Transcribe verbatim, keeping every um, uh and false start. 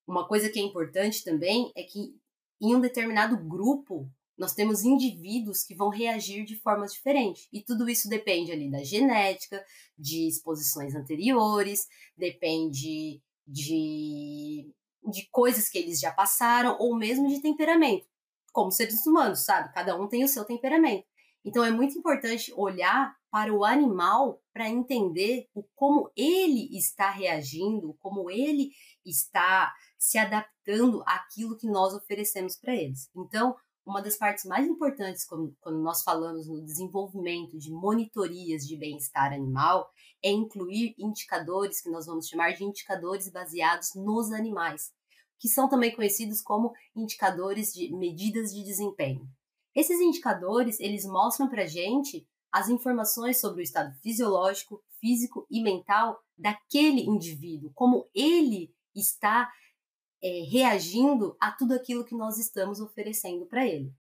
Uma coisa que é importante também é que em um determinado grupo nós temos indivíduos que vão reagir de formas diferentes. E tudo isso depende ali da genética, de exposições anteriores, depende de, de coisas que eles já passaram, ou mesmo de temperamento. Como seres humanos, sabe? Cada um tem o seu temperamento. Então é muito importante olhar para o animal para entender o como ele está reagindo, como ele está se adaptando àquilo que nós oferecemos para eles. Então, uma das partes mais importantes quando, quando nós falamos no desenvolvimento de monitorias de bem-estar animal é incluir indicadores que nós vamos chamar de indicadores baseados nos animais, que são também conhecidos como indicadores de medidas de desempenho. Esses indicadores, eles mostram para a gente as informações sobre o estado fisiológico, físico e mental daquele indivíduo, como ele está é, reagindo a tudo aquilo que nós estamos oferecendo para ele.